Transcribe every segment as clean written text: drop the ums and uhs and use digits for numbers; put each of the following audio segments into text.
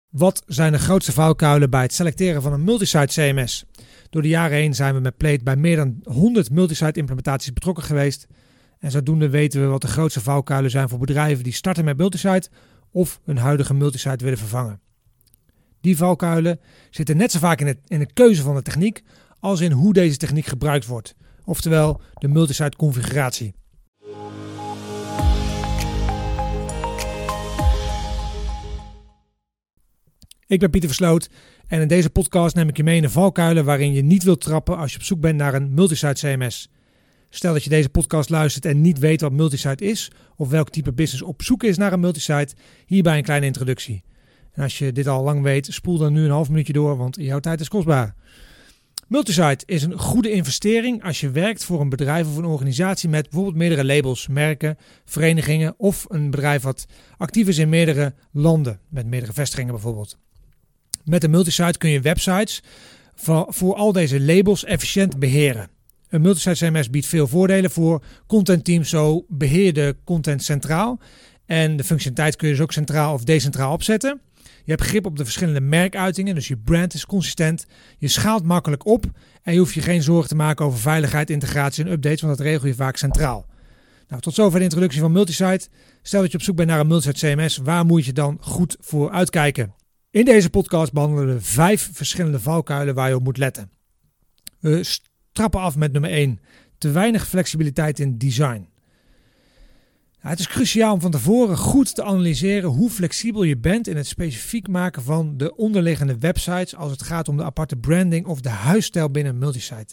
Wat zijn de grootste valkuilen bij het selecteren van een multisite CMS? Door de jaren heen zijn we met Plate bij meer dan 100 multisite implementaties betrokken geweest. En zodoende weten we wat de grootste valkuilen zijn voor bedrijven die starten met multisite of hun huidige multisite willen vervangen. Die valkuilen zitten net zo vaak in de keuze van de techniek als in hoe deze techniek gebruikt wordt. Oftewel de multisite configuratie. Ik ben Pieter Versloot en in deze podcast neem ik je mee in de valkuilen waarin je niet wilt trappen als je op zoek bent naar een multisite CMS. Stel dat je deze podcast luistert en niet weet wat multisite is of welk type business op zoek is naar een multisite, hierbij een kleine introductie. En als je dit al lang weet, spoel dan nu een half minuutje door, want jouw tijd is kostbaar. Multisite is een goede investering als je werkt voor een bedrijf of een organisatie met bijvoorbeeld meerdere labels, merken, verenigingen of een bedrijf wat actief is in meerdere landen, met meerdere vestigingen bijvoorbeeld. Met een multisite kun je websites voor al deze labels efficiënt beheren. Een multisite CMS biedt veel voordelen voor contentteams, zo beheer je de content centraal. En de functionaliteit kun je dus ook centraal of decentraal opzetten. Je hebt grip op de verschillende merkuitingen, dus je brand is consistent. Je schaalt makkelijk op en je hoeft je geen zorgen te maken over veiligheid, integratie en updates, want dat regel je vaak centraal. Nou, tot zover de introductie van multisite. Stel dat je op zoek bent naar een multisite CMS, waar moet je dan goed voor uitkijken? In deze podcast behandelen we 5 verschillende valkuilen waar je op moet letten. We trappen af met nummer 1. Te weinig flexibiliteit in design. Het is cruciaal om van tevoren goed te analyseren hoe flexibel je bent in het specifiek maken van de onderliggende websites als het gaat om de aparte branding of de huisstijl binnen een multisite.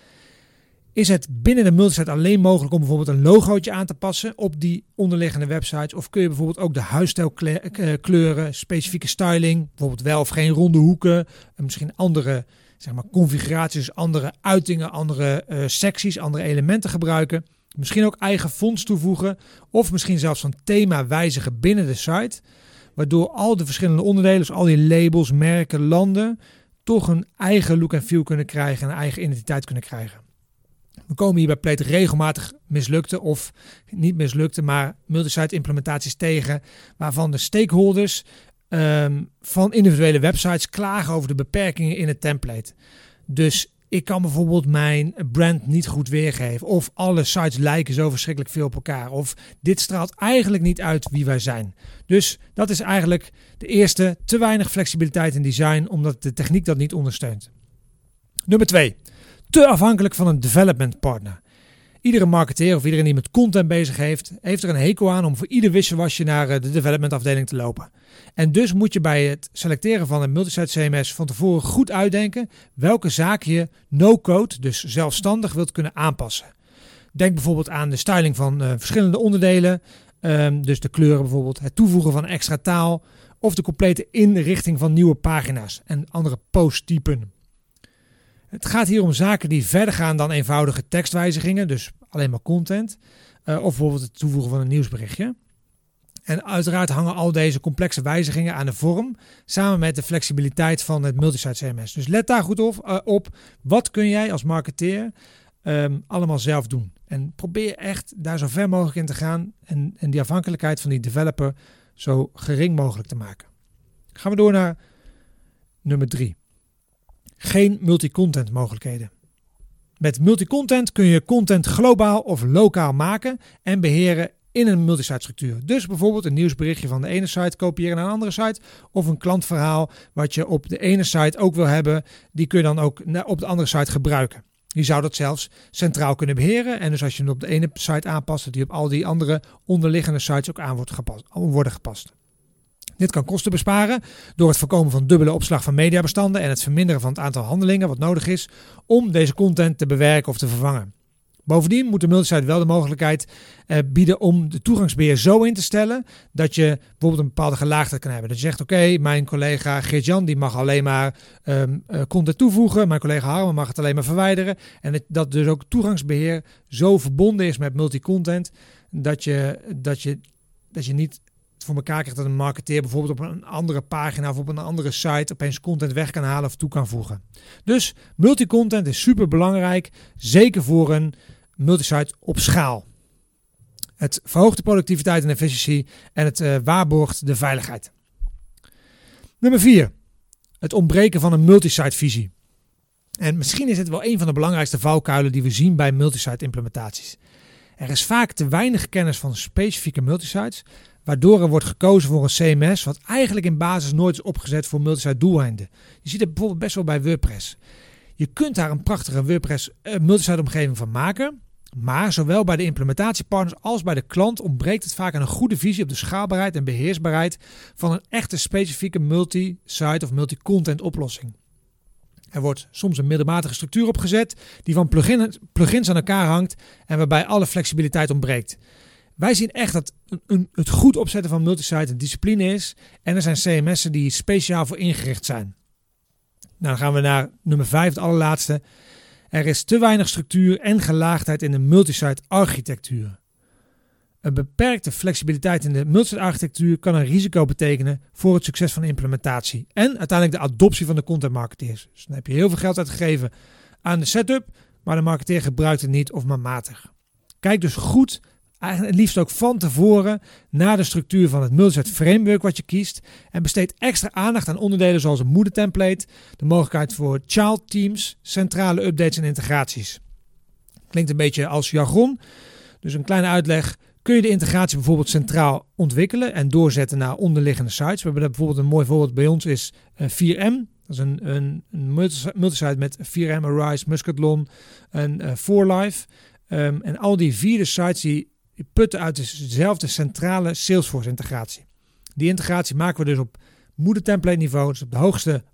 Is het binnen de multisite alleen mogelijk om bijvoorbeeld een logootje aan te passen op die onderliggende websites? Of kun je bijvoorbeeld ook de huisstijlkleuren, specifieke styling, bijvoorbeeld wel of geen ronde hoeken, misschien andere configuraties, andere uitingen, andere secties, andere elementen gebruiken? Misschien ook eigen fonts toevoegen of misschien zelfs een thema wijzigen binnen de site. Waardoor al de verschillende onderdelen, dus al die labels, merken, landen, toch een eigen look en feel kunnen krijgen, een eigen identiteit kunnen krijgen. We komen hier bij Plate regelmatig mislukte of niet mislukte, maar multisite implementaties tegen waarvan de stakeholders van individuele websites klagen over de beperkingen in het template. Dus ik kan bijvoorbeeld mijn brand niet goed weergeven. Of alle sites lijken zo verschrikkelijk veel op elkaar. Of dit straalt eigenlijk niet uit wie wij zijn. Dus dat is eigenlijk de eerste, te weinig flexibiliteit in design, omdat de techniek dat niet ondersteunt. Nummer 2. Te afhankelijk van een development partner. Iedere marketeer of iedereen die met content bezig heeft er een hekel aan om voor ieder wisselwasje naar de development afdeling te lopen. En dus moet je bij het selecteren van een multisite CMS van tevoren goed uitdenken welke zaken je no-code, dus zelfstandig, wilt kunnen aanpassen. Denk bijvoorbeeld aan de styling van verschillende onderdelen, dus de kleuren bijvoorbeeld, het toevoegen van extra taal of de complete inrichting van nieuwe pagina's en andere posttypen. Het gaat hier om zaken die verder gaan dan eenvoudige tekstwijzigingen, dus alleen maar content, of bijvoorbeeld het toevoegen van een nieuwsberichtje. En uiteraard hangen al deze complexe wijzigingen aan de vorm, samen met de flexibiliteit van het multisite CMS. Dus let daar goed op. Wat kun jij als marketeer allemaal zelf doen? En probeer echt daar zo ver mogelijk in te gaan en die afhankelijkheid van die developer zo gering mogelijk te maken. Gaan we door naar nummer 3. Geen multi-content mogelijkheden. Met multi-content kun je content globaal of lokaal maken en beheren in een multisite structuur. Dus bijvoorbeeld een nieuwsberichtje van de ene site kopiëren naar een andere site. Of een klantverhaal wat je op de ene site ook wil hebben. Die kun je dan ook op de andere site gebruiken. Je zou dat zelfs centraal kunnen beheren. En dus als je hem op de ene site aanpast, dat die op al die andere onderliggende sites ook aan worden gepast. Dit kan kosten besparen door het voorkomen van dubbele opslag van mediabestanden en het verminderen van het aantal handelingen wat nodig is om deze content te bewerken of te vervangen. Bovendien moet de multisite wel de mogelijkheid bieden om de toegangsbeheer zo in te stellen dat je bijvoorbeeld een bepaalde gelaagdheid kan hebben. Dat je zegt, oké, mijn collega Geert-Jan die mag alleen maar content toevoegen, mijn collega Harmen mag het alleen maar verwijderen. En dat dus ook toegangsbeheer zo verbonden is met multi-content dat je niet voor elkaar krijgt dat een marketeer bijvoorbeeld op een andere pagina of op een andere site opeens content weg kan halen of toe kan voegen. Dus multi-content is super belangrijk, zeker voor een multisite op schaal. Het verhoogt de productiviteit en efficiëntie en het waarborgt de veiligheid. Nummer 4. Het ontbreken van een multisite visie. En misschien is het wel een van de belangrijkste valkuilen die we zien bij multisite implementaties. Er is vaak te weinig kennis van specifieke multisites, waardoor er wordt gekozen voor een CMS wat eigenlijk in basis nooit is opgezet voor multisite doeleinden. Je ziet het bijvoorbeeld best wel bij WordPress. Je kunt daar een prachtige WordPress multisite omgeving van maken, maar zowel bij de implementatiepartners als bij de klant ontbreekt het vaak aan een goede visie op de schaalbaarheid en beheersbaarheid van een echte specifieke multi-site of multi-content oplossing. Er wordt soms een middelmatige structuur opgezet die van plugins aan elkaar hangt en waarbij alle flexibiliteit ontbreekt. Wij zien echt dat het goed opzetten van multisite een discipline is en er zijn CMS'en die speciaal voor ingericht zijn. Nou, dan gaan we naar nummer 5, het allerlaatste. Er is te weinig structuur en gelaagdheid in de multisite architectuur. Een beperkte flexibiliteit in de multisite architectuur kan een risico betekenen voor het succes van de implementatie en uiteindelijk de adoptie van de content marketeers. Dus dan heb je heel veel geld uitgegeven aan de setup, maar de marketeer gebruikt het niet of maar matig. Kijk dus goed, eigenlijk het liefst ook van tevoren, naar de structuur van het multisite framework wat je kiest en besteed extra aandacht aan onderdelen zoals een moedertemplate, de mogelijkheid voor child teams, centrale updates en integraties. Klinkt een beetje als jargon, dus een kleine uitleg. Kun je de integratie bijvoorbeeld centraal ontwikkelen en doorzetten naar onderliggende sites. We hebben daar bijvoorbeeld een mooi voorbeeld bij ons is 4M. Dat is een multisite met 4M, Arise, Muscatlon en 4Life. En al die 4 sites die putten uit dezelfde centrale Salesforce integratie. Die integratie maken we dus op moedertemplate niveau, dus op de hoogste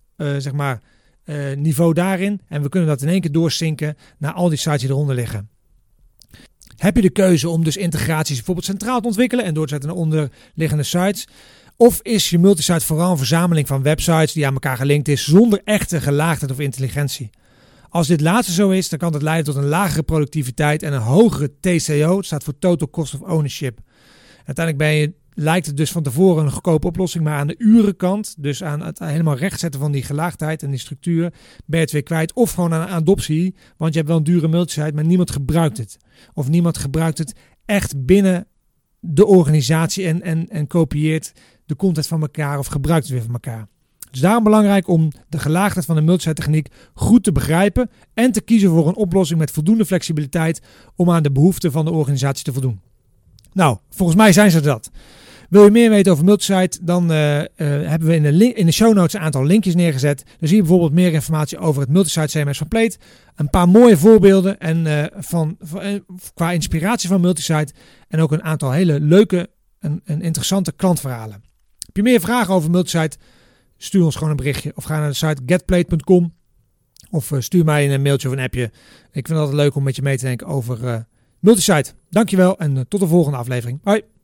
niveau daarin. En we kunnen dat in één keer doorzinken naar al die sites die eronder liggen. Heb je de keuze om dus integraties bijvoorbeeld centraal te ontwikkelen en door te zetten naar onderliggende sites? Of is je multisite vooral een verzameling van websites die aan elkaar gelinkt is zonder echte gelaagdheid of intelligentie? Als dit laatste zo is, dan kan het leiden tot een lagere productiviteit en een hogere TCO. Het staat voor Total Cost of Ownership. Uiteindelijk lijkt het dus van tevoren een goedkope oplossing, maar aan de urenkant, dus aan het helemaal rechtzetten van die gelaagdheid en die structuur, ben je het weer kwijt. Of gewoon aan adoptie, want je hebt wel een dure multisite, maar niemand gebruikt het. Of niemand gebruikt het echt binnen de organisatie en kopieert de content van elkaar of gebruikt het weer van elkaar. Dus daarom belangrijk om de gelaagdheid van de multisite techniek goed te begrijpen en te kiezen voor een oplossing met voldoende flexibiliteit om aan de behoeften van de organisatie te voldoen. Nou, volgens mij zijn ze dat. Wil je meer weten over multisite, dan hebben we in de show notes een aantal linkjes neergezet. Dan zie je bijvoorbeeld meer informatie over het multisite CMS van Plate. Een paar mooie voorbeelden qua inspiratie van multisite. En ook een aantal hele leuke en interessante klantverhalen. Heb je meer vragen over multisite? Stuur ons gewoon een berichtje of ga naar de site getplate.com. Of stuur mij een mailtje of een appje. Ik vind het altijd leuk om met je mee te denken over multisite. Dankjewel en tot de volgende aflevering. Hoi!